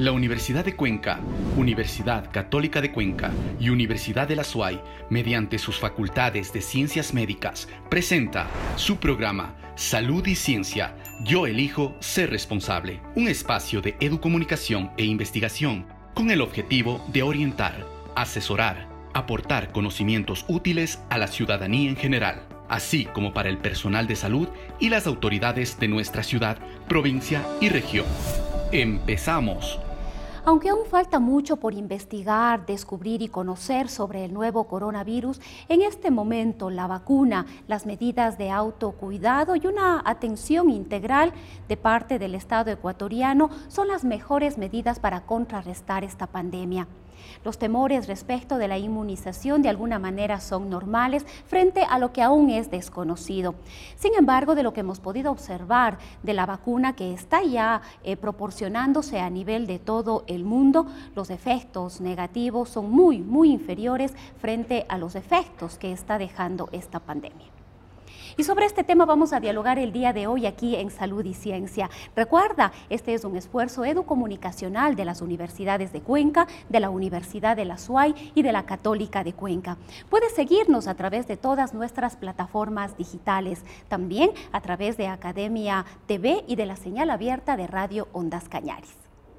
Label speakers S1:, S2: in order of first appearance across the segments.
S1: La Universidad de Cuenca, Universidad Católica de Cuenca y Universidad de la SUAY, mediante sus facultades de Ciencias Médicas, presenta su programa Salud y Ciencia. Yo elijo ser responsable. Un espacio de educomunicación e investigación con el objetivo de orientar, asesorar, aportar conocimientos útiles a la ciudadanía en general, así como para el personal de salud y las autoridades de nuestra ciudad, provincia y región. ¡Empezamos!
S2: Aunque aún falta mucho por investigar, descubrir y conocer sobre el nuevo coronavirus, en este momento la vacuna, las medidas de autocuidado y una atención integral de parte del Estado ecuatoriano son las mejores medidas para contrarrestar esta pandemia. Los temores respecto de la inmunización de alguna manera son normales frente a lo que aún es desconocido. Sin embargo, de lo que hemos podido observar de la vacuna que está ya proporcionándose a nivel de todo el mundo, los efectos negativos son muy inferiores frente a los efectos que está dejando esta pandemia. Y sobre este tema vamos a dialogar el día de hoy aquí en Salud y Ciencia. Recuerda, este es un esfuerzo educomunicacional de las universidades de Cuenca, de la Universidad de la SUAY y de la Católica de Cuenca. Puedes seguirnos a través de todas nuestras plataformas digitales, también a través de Academia TV y de la señal abierta de Radio Ondas Cañaris.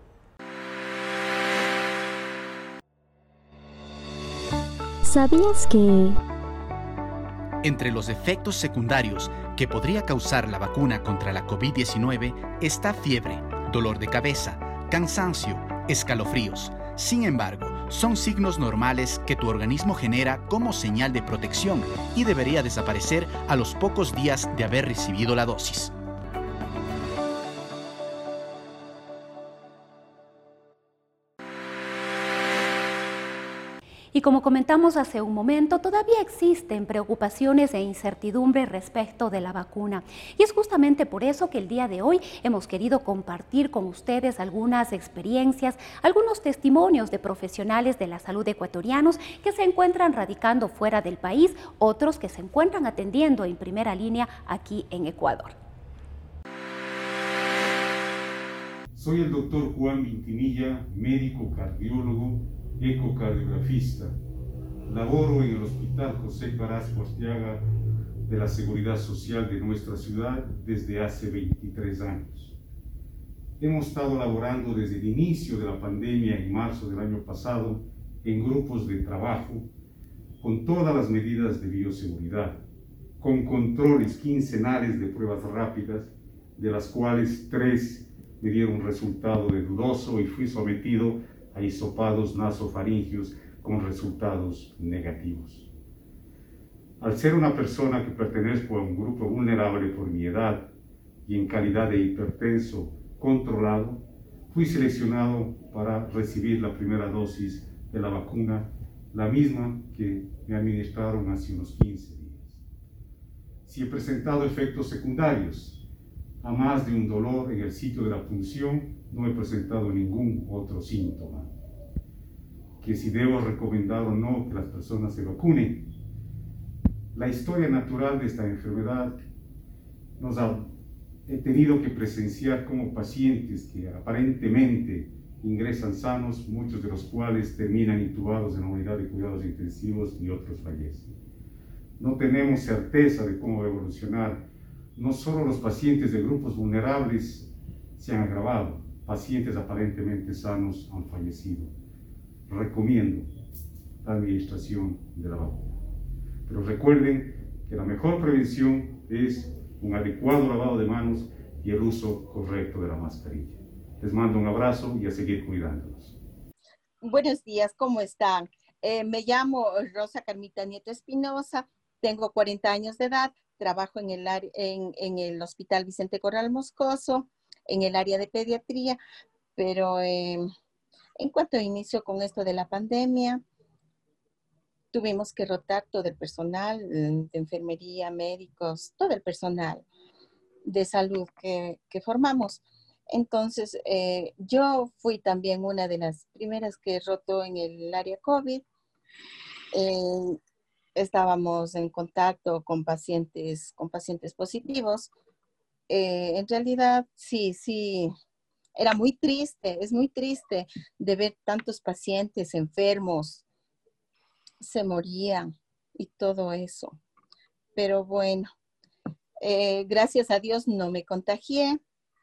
S3: ¿Sabías que...?
S1: Entre los efectos secundarios que podría causar la vacuna contra la COVID-19 está fiebre, dolor de cabeza, cansancio, escalofríos. Sin embargo, son signos normales que tu organismo genera como señal de protección y debería desaparecer a los pocos días de haber recibido la dosis.
S2: Y como comentamos hace un momento, todavía existen preocupaciones e incertidumbres respecto de la vacuna. Y es justamente por eso que el día de hoy hemos querido compartir con ustedes algunas experiencias, algunos testimonios de profesionales de la salud ecuatorianos que se encuentran radicando fuera del país, otros que se encuentran atendiendo en primera línea aquí en Ecuador.
S4: Soy el doctor Juan Vintimilla, médico cardiólogo, ecocardiografista. Laboro en el Hospital José Parás Porteaga de la Seguridad Social de nuestra ciudad desde hace 23 años. Hemos estado laborando desde el inicio de la pandemia en marzo del año pasado en grupos de trabajo con todas las medidas de bioseguridad, con controles quincenales de pruebas rápidas, de las cuales 3 me dieron resultado de dudoso y fui sometido a hisopados nasofaringios con resultados negativos. Al ser una persona que pertenezco a un grupo vulnerable por mi edad y en calidad de hipertenso controlado, fui seleccionado para recibir la primera dosis de la vacuna, la misma que me administraron hace unos 15 días. Si he presentado efectos secundarios, a más de un dolor en el sitio de la punción, no he presentado ningún otro síntoma. Que si debo recomendar o no que las personas se vacunen. La historia natural de esta enfermedad he tenido que presenciar como pacientes que aparentemente ingresan sanos, muchos de los cuales terminan intubados en la unidad de cuidados intensivos y otros fallecen. No tenemos certeza de cómo va a evolucionar. No solo los pacientes de grupos vulnerables se han agravado, pacientes aparentemente sanos han fallecido. Recomiendo la administración de la vacuna. Pero recuerden que la mejor prevención es un adecuado lavado de manos y el uso correcto de la mascarilla. Les mando un abrazo y a seguir cuidándonos.
S5: Buenos días, ¿cómo están? Me llamo Rosa Carmita Nieto Espinosa, tengo 40 años de edad, trabajo en el Hospital Vicente Corral Moscoso, en el área de pediatría, pero en cuanto inició con esto de la pandemia, tuvimos que rotar todo el personal de enfermería, médicos, todo el personal de salud que formamos. Entonces, yo fui también una de las primeras que rotó en el área COVID. Estábamos en contacto con pacientes positivos. En realidad, sí Era muy triste, es muy triste de ver tantos pacientes enfermos, se morían y todo eso. Pero bueno, gracias a Dios no me contagié.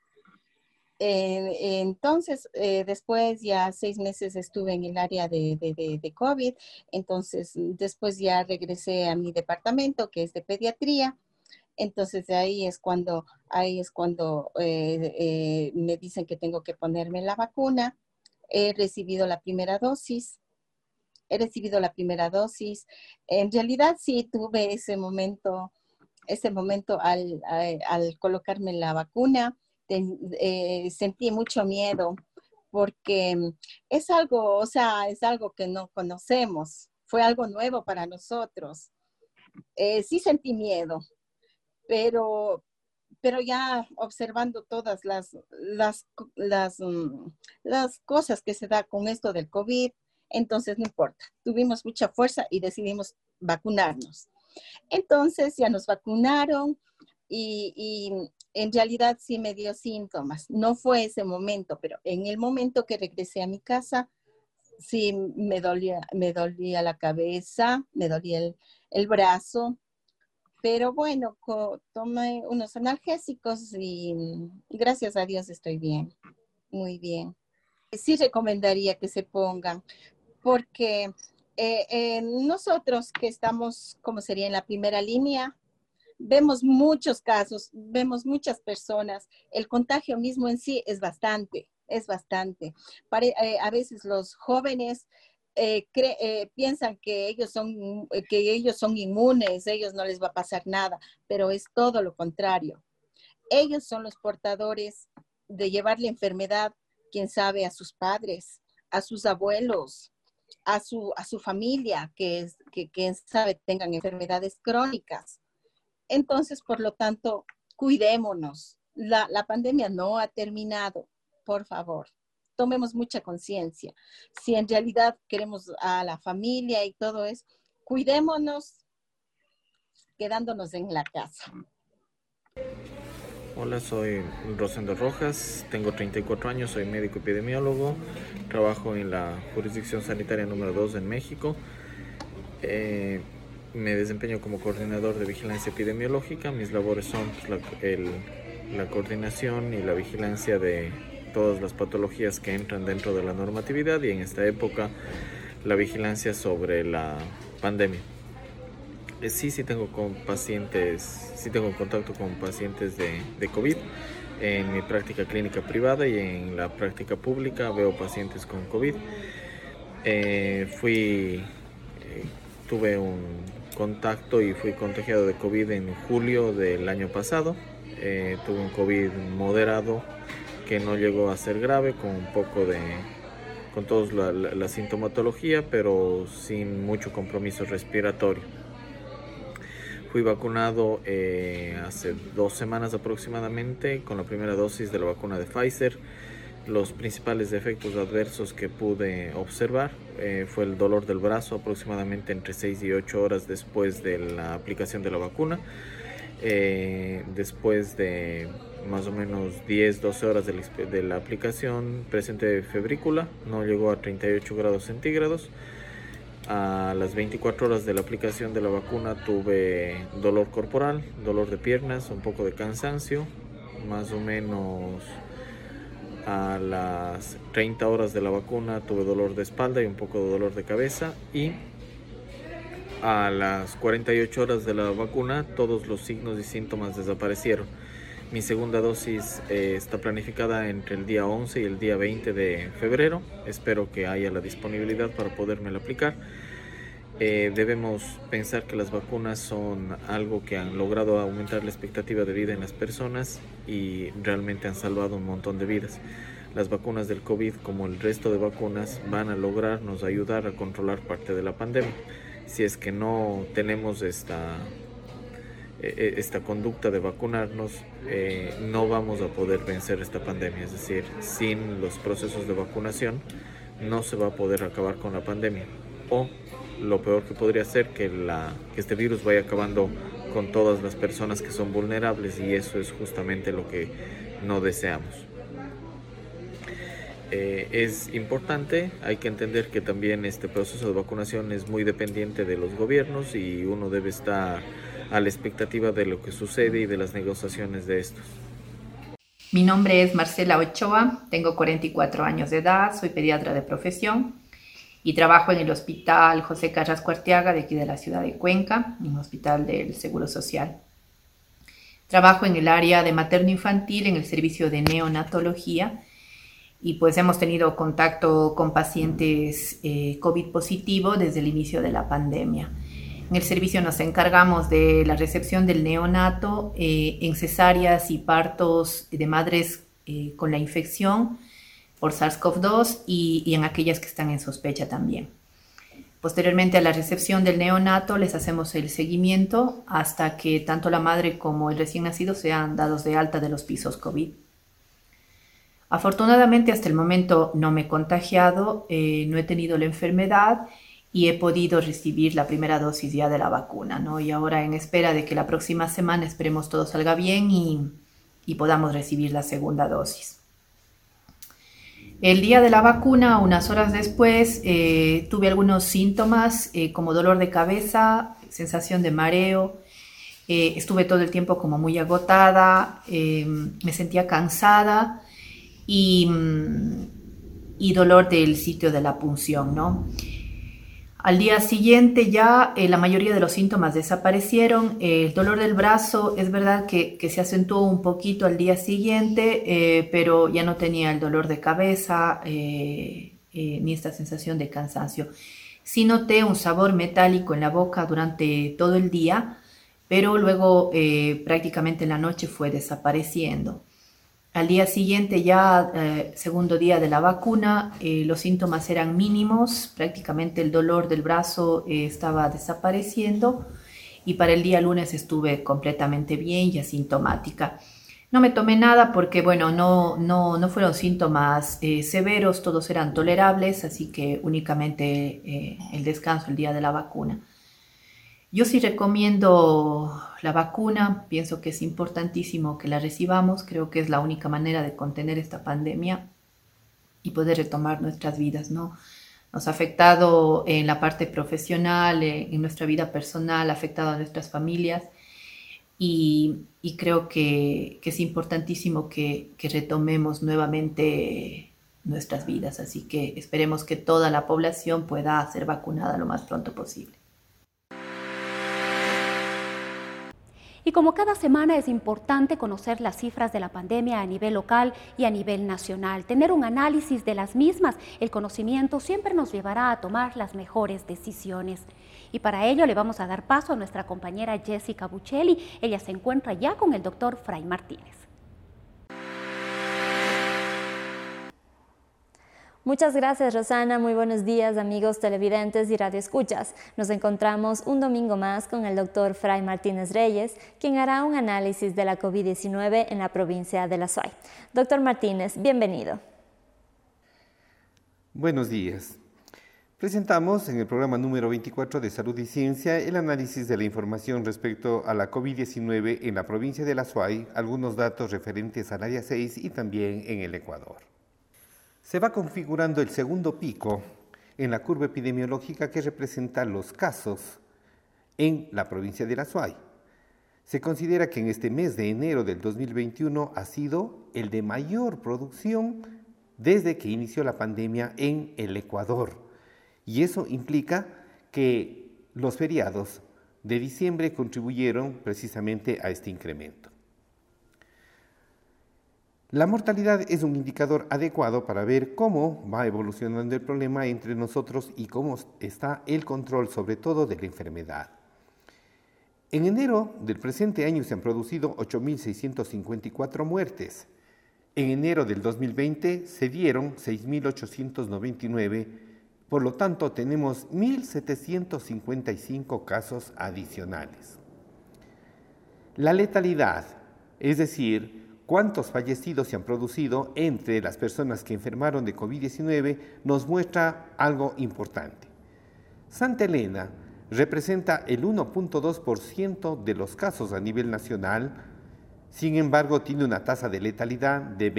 S5: Entonces, después ya 6 meses estuve en el área de COVID, entonces después ya regresé a mi departamento, que es de pediatría. Entonces de ahí es cuando me dicen que tengo que ponerme la vacuna. He recibido la primera dosis. En realidad sí tuve ese momento al colocarme la vacuna. Sentí mucho miedo porque es algo, o sea, es algo que no conocemos, fue algo nuevo para nosotros. Sí sentí miedo, pero ya observando todas las cosas que se da con esto del COVID, entonces no importa, tuvimos mucha fuerza y decidimos vacunarnos. Entonces ya nos vacunaron y en realidad sí me dio síntomas. No fue ese momento, pero en el momento que regresé a mi casa, sí me dolía la cabeza, me dolía el brazo, pero bueno, tomé unos analgésicos y gracias a Dios estoy bien, muy bien. Sí recomendaría que se pongan, porque nosotros que estamos, como sería en la primera línea, vemos muchos casos, vemos muchas personas. El contagio mismo en sí es bastante. A veces los jóvenes piensan que ellos son inmunes, ellos no les va a pasar nada, pero es todo lo contrario. Ellos son los portadores de llevar la enfermedad, quién sabe, a sus padres, a sus abuelos, a su familia, que quién sabe tengan enfermedades crónicas. Entonces, por lo tanto, cuidémonos. La pandemia no ha terminado, por favor. Tomemos mucha conciencia. Si en realidad queremos a la familia y todo eso, cuidémonos quedándonos en la casa.
S3: Hola, soy Rosendo Rojas, tengo 34 años, soy médico epidemiólogo, trabajo en la jurisdicción sanitaria número 2 en México. Me desempeño como coordinador de vigilancia epidemiológica. Mis labores son la coordinación y la vigilancia de todas las patologías que entran dentro de la normatividad y en esta época la vigilancia sobre la pandemia. Sí tengo contacto con pacientes de COVID. En mi práctica clínica privada y en la práctica pública veo pacientes con COVID. Tuve un contacto y fui contagiado de COVID en julio del año pasado. Tuve un COVID moderado que no llegó a ser grave, con toda la sintomatología, pero sin mucho compromiso respiratorio. Fui vacunado hace 2 semanas aproximadamente con la primera dosis de la vacuna de Pfizer. Los principales efectos adversos que pude observar fue el dolor del brazo aproximadamente entre 6 y 8 horas después de la aplicación de la vacuna. Después de más o menos 10-12 horas de la aplicación presenté febrícula, no llegó a 38 grados centígrados. A las 24 horas de la aplicación de la vacuna tuve dolor corporal, dolor de piernas, un poco de cansancio. Más o menos a las 30 horas de la vacuna tuve dolor de espalda y un poco de dolor de cabeza. Y a las 48 horas de la vacuna todos los signos y síntomas desaparecieron. Mi segunda dosis está planificada entre el día 11 y el día 20 de febrero. Espero que haya la disponibilidad para podérmela aplicar. Debemos pensar que las vacunas son algo que han logrado aumentar la expectativa de vida en las personas y realmente han salvado un montón de vidas. Las vacunas del COVID, como el resto de vacunas, van a lograrnos ayudar a controlar parte de la pandemia. Si es que no tenemos esta conducta de vacunarnos, no vamos a poder vencer esta pandemia. Es decir, sin los procesos de vacunación no se va a poder acabar con la pandemia. O lo peor que podría ser que este virus vaya acabando con todas las personas que son vulnerables, y eso es justamente lo que no deseamos. es importante. Hay que entender que también este proceso de vacunación es muy dependiente de los gobiernos y uno debe estar a la expectativa de lo que sucede y de las negociaciones de estos.
S6: Mi nombre es Marcela Ochoa, tengo 44 años de edad, soy pediatra de profesión y trabajo en el Hospital José Carrasco Arteaga de aquí de la ciudad de Cuenca, un hospital del Seguro Social. Trabajo en el área de materno-infantil en el servicio de neonatología y pues hemos tenido contacto con pacientes COVID positivo desde el inicio de la pandemia. En el servicio nos encargamos de la recepción del neonato en cesáreas y partos de madres con la infección por SARS-CoV-2 y en aquellas que están en sospecha también. Posteriormente a la recepción del neonato les hacemos el seguimiento hasta que tanto la madre como el recién nacido sean dados de alta de los pisos COVID. Afortunadamente hasta el momento no me he contagiado, no he tenido la enfermedad y he podido recibir la primera dosis ya de la vacuna, ¿no? Y ahora en espera de que la próxima semana esperemos todo salga bien y podamos recibir la segunda dosis. El día de la vacuna, unas horas después, tuve algunos síntomas como dolor de cabeza, sensación de mareo, estuve todo el tiempo como muy agotada, me sentía cansada y dolor del sitio de la punción, ¿no? Al día siguiente ya la mayoría de los síntomas desaparecieron. El dolor del brazo es verdad que se acentuó un poquito al día siguiente, pero ya no tenía el dolor de cabeza ni esta sensación de cansancio. Sí noté un sabor metálico en la boca durante todo el día, pero luego prácticamente en la noche fue desapareciendo. Al día siguiente, ya segundo día de la vacuna, los síntomas eran mínimos, prácticamente el dolor del brazo estaba desapareciendo y para el día lunes estuve completamente bien y asintomática. No me tomé nada porque, bueno, no fueron síntomas severos, todos eran tolerables, así que únicamente el descanso el día de la vacuna. Yo sí recomiendo la vacuna, pienso que es importantísimo que la recibamos, creo que es la única manera de contener esta pandemia y poder retomar nuestras vidas, ¿no? Nos ha afectado en la parte profesional, en nuestra vida personal, ha afectado a nuestras familias y creo que es importantísimo que retomemos nuevamente nuestras vidas, así que esperemos que toda la población pueda ser vacunada lo más pronto posible.
S2: Y como cada semana es importante conocer las cifras de la pandemia a nivel local y a nivel nacional, tener un análisis de las mismas, el conocimiento siempre nos llevará a tomar las mejores decisiones. Y para ello le vamos a dar paso a nuestra compañera Jessica Buccelli. Ella se encuentra ya con el doctor Fray Martínez.
S7: Muchas gracias, Rosana. Muy buenos días, amigos televidentes y radioescuchas. Nos encontramos un domingo más con el doctor Fray Martínez Reyes, quien hará un análisis de la COVID-19 en la provincia de La Suay. Doctor Martínez, bienvenido.
S8: Buenos días. Presentamos en el programa número 24 de Salud y Ciencia el análisis de la información respecto a la COVID-19 en la provincia de La Suay, algunos datos referentes al área 6 y también en el Ecuador. Se va configurando el segundo pico en la curva epidemiológica que representa los casos en la provincia de La Suay. Se considera que en este mes de enero del 2021 ha sido el de mayor producción desde que inició la pandemia en el Ecuador. Y eso implica que los feriados de diciembre contribuyeron precisamente a este incremento. La mortalidad es un indicador adecuado para ver cómo va evolucionando el problema entre nosotros y cómo está el control, sobre todo, de la enfermedad. En enero del presente año se han producido 8.654 muertes. En enero del 2020 se dieron 6.899, por lo tanto tenemos 1.755 casos adicionales. La letalidad, es decir, cuántos fallecidos se han producido entre las personas que enfermaron de COVID-19, nos muestra algo importante. Santa Elena representa el 1.2% de los casos a nivel nacional, Sin embargo, tiene una tasa de letalidad de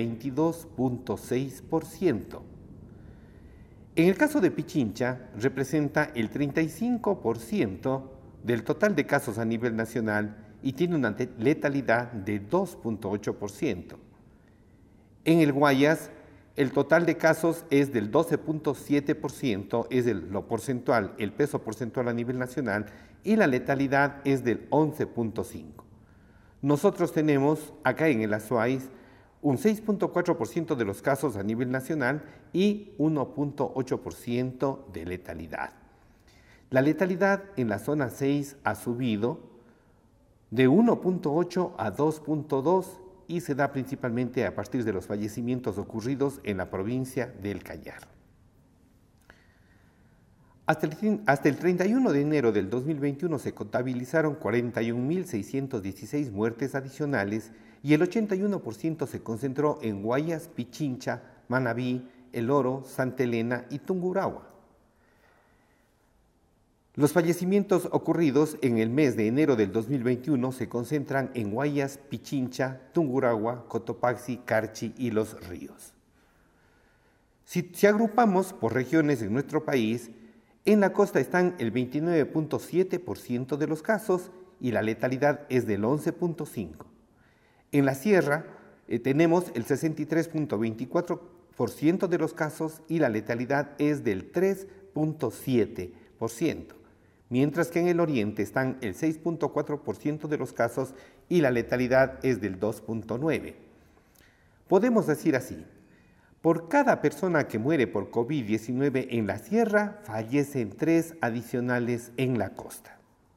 S8: 22.6%. En el caso de Pichincha, representa el 35% del total de casos a nivel nacional y tiene una letalidad de 2.8%. En el Guayas, el total de casos es del 12.7%, es lo porcentual, el peso porcentual a nivel nacional, y la letalidad es del 11.5%. Nosotros tenemos acá en el Azuay un 6.4% de los casos a nivel nacional y 1.8% de letalidad. La letalidad en la zona 6 ha subido de 1.8 a 2.2 y se da principalmente a partir de los fallecimientos ocurridos en la provincia del Cañar. Hasta el 31 de enero del 2021 se contabilizaron 41.616 muertes adicionales y el 81% se concentró en Guayas, Pichincha, Manabí, El Oro, Santa Elena y Tungurahua. Los fallecimientos ocurridos en el mes de enero del 2021 se concentran en Guayas, Pichincha, Tungurahua, Cotopaxi, Carchi y Los Ríos. Si agrupamos por regiones en nuestro país, en la costa están el 29.7% de los casos y la letalidad es del 11.5%. En la sierra tenemos el 63.24% de los casos y la letalidad es del 3.7%, mientras que en el oriente están el 6.4% de los casos y la letalidad es del 2.9%. Podemos decir así: por cada persona que muere por COVID-19 en la sierra, fallecen 3 adicionales en la costa.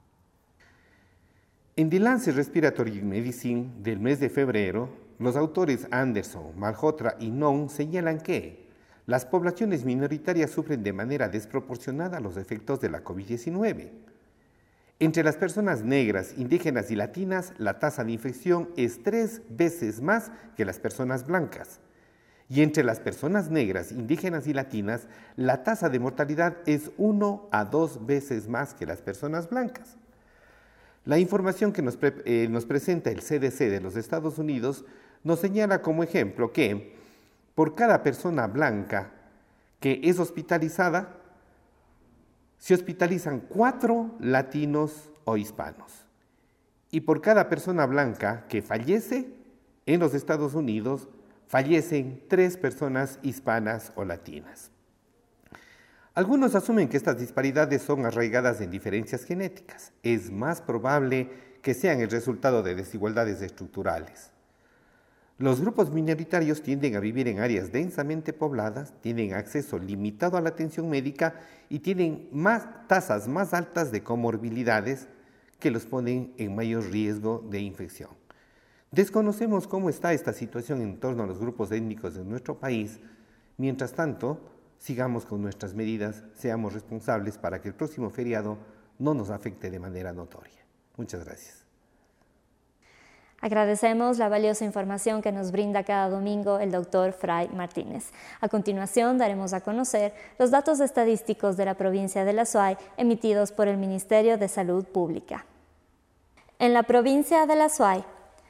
S8: En The Lancet Respiratory Medicine del mes de febrero, los autores Anderson, Malhotra y Non señalan que las poblaciones minoritarias sufren de manera desproporcionada los efectos de la COVID-19. Entre las personas negras, indígenas y latinas, la tasa de infección es 3 veces más que las personas blancas. Y entre las personas negras, indígenas y latinas, la tasa de mortalidad es 1 a 2 veces más que las personas blancas. La información que nos presenta el CDC de los Estados Unidos nos señala como ejemplo que por cada persona blanca que es hospitalizada, se hospitalizan 4 latinos o hispanos. Y por cada persona blanca que fallece en los Estados Unidos, fallecen 3 personas hispanas o latinas. Algunos asumen que estas disparidades son arraigadas en diferencias genéticas. Es más probable que sean el resultado de desigualdades estructurales. Los grupos minoritarios tienden a vivir en áreas densamente pobladas, tienen acceso limitado a la atención médica y tienen tasas más altas de comorbilidades que los ponen en mayor riesgo de infección. Desconocemos cómo está esta situación en torno a los grupos étnicos de nuestro país. Mientras tanto, sigamos con nuestras medidas, seamos responsables para que el próximo feriado no nos afecte de manera notoria. Muchas gracias.
S7: Agradecemos la valiosa información que nos brinda cada domingo el doctor Fray Martínez. A continuación daremos a conocer los datos estadísticos de la provincia del Azuay emitidos por el Ministerio de Salud Pública. En la provincia del Azuay,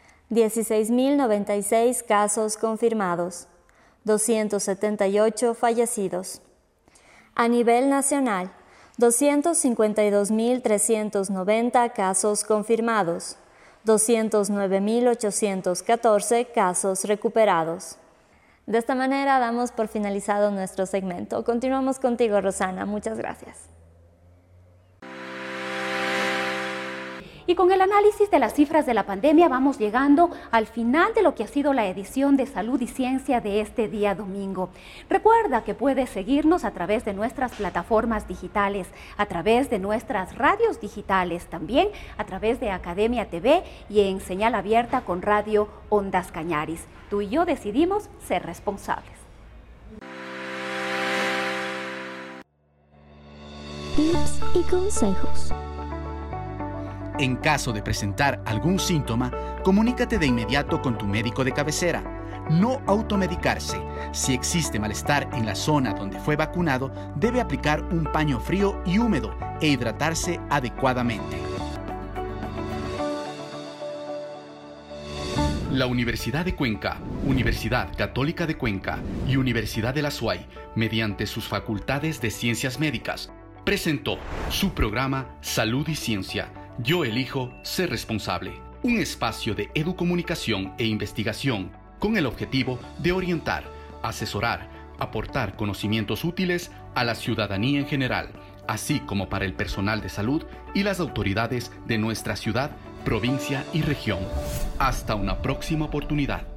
S7: 16.096 casos confirmados, 278 fallecidos. A nivel nacional, 252.390 casos confirmados, 209.814 casos recuperados. De esta manera damos por finalizado nuestro segmento. Continuamos contigo, Rosana. Muchas gracias.
S2: Y con el análisis de las cifras de la pandemia vamos llegando al final de lo que ha sido la edición de Salud y Ciencia de este día domingo. Recuerda que puedes seguirnos a través de nuestras plataformas digitales, a través de nuestras radios digitales, también a través de Academia TV y en señal abierta con Radio Ondas Cañaris. Tú y yo decidimos ser responsables.
S9: Tips y consejos.
S1: En caso de presentar algún síntoma, comunícate de inmediato con tu médico de cabecera. No automedicarse. Si existe malestar en la zona donde fue vacunado, debe aplicar un paño frío y húmedo e hidratarse adecuadamente. La Universidad de Cuenca, Universidad Católica de Cuenca y Universidad de la SUAY, mediante sus facultades de Ciencias Médicas, presentó su programa Salud y Ciencia. Yo elijo ser responsable. Un espacio de educomunicación e investigación con el objetivo de orientar, asesorar, aportar conocimientos útiles a la ciudadanía en general, así como para el personal de salud y las autoridades de nuestra ciudad, provincia y región. Hasta una próxima oportunidad.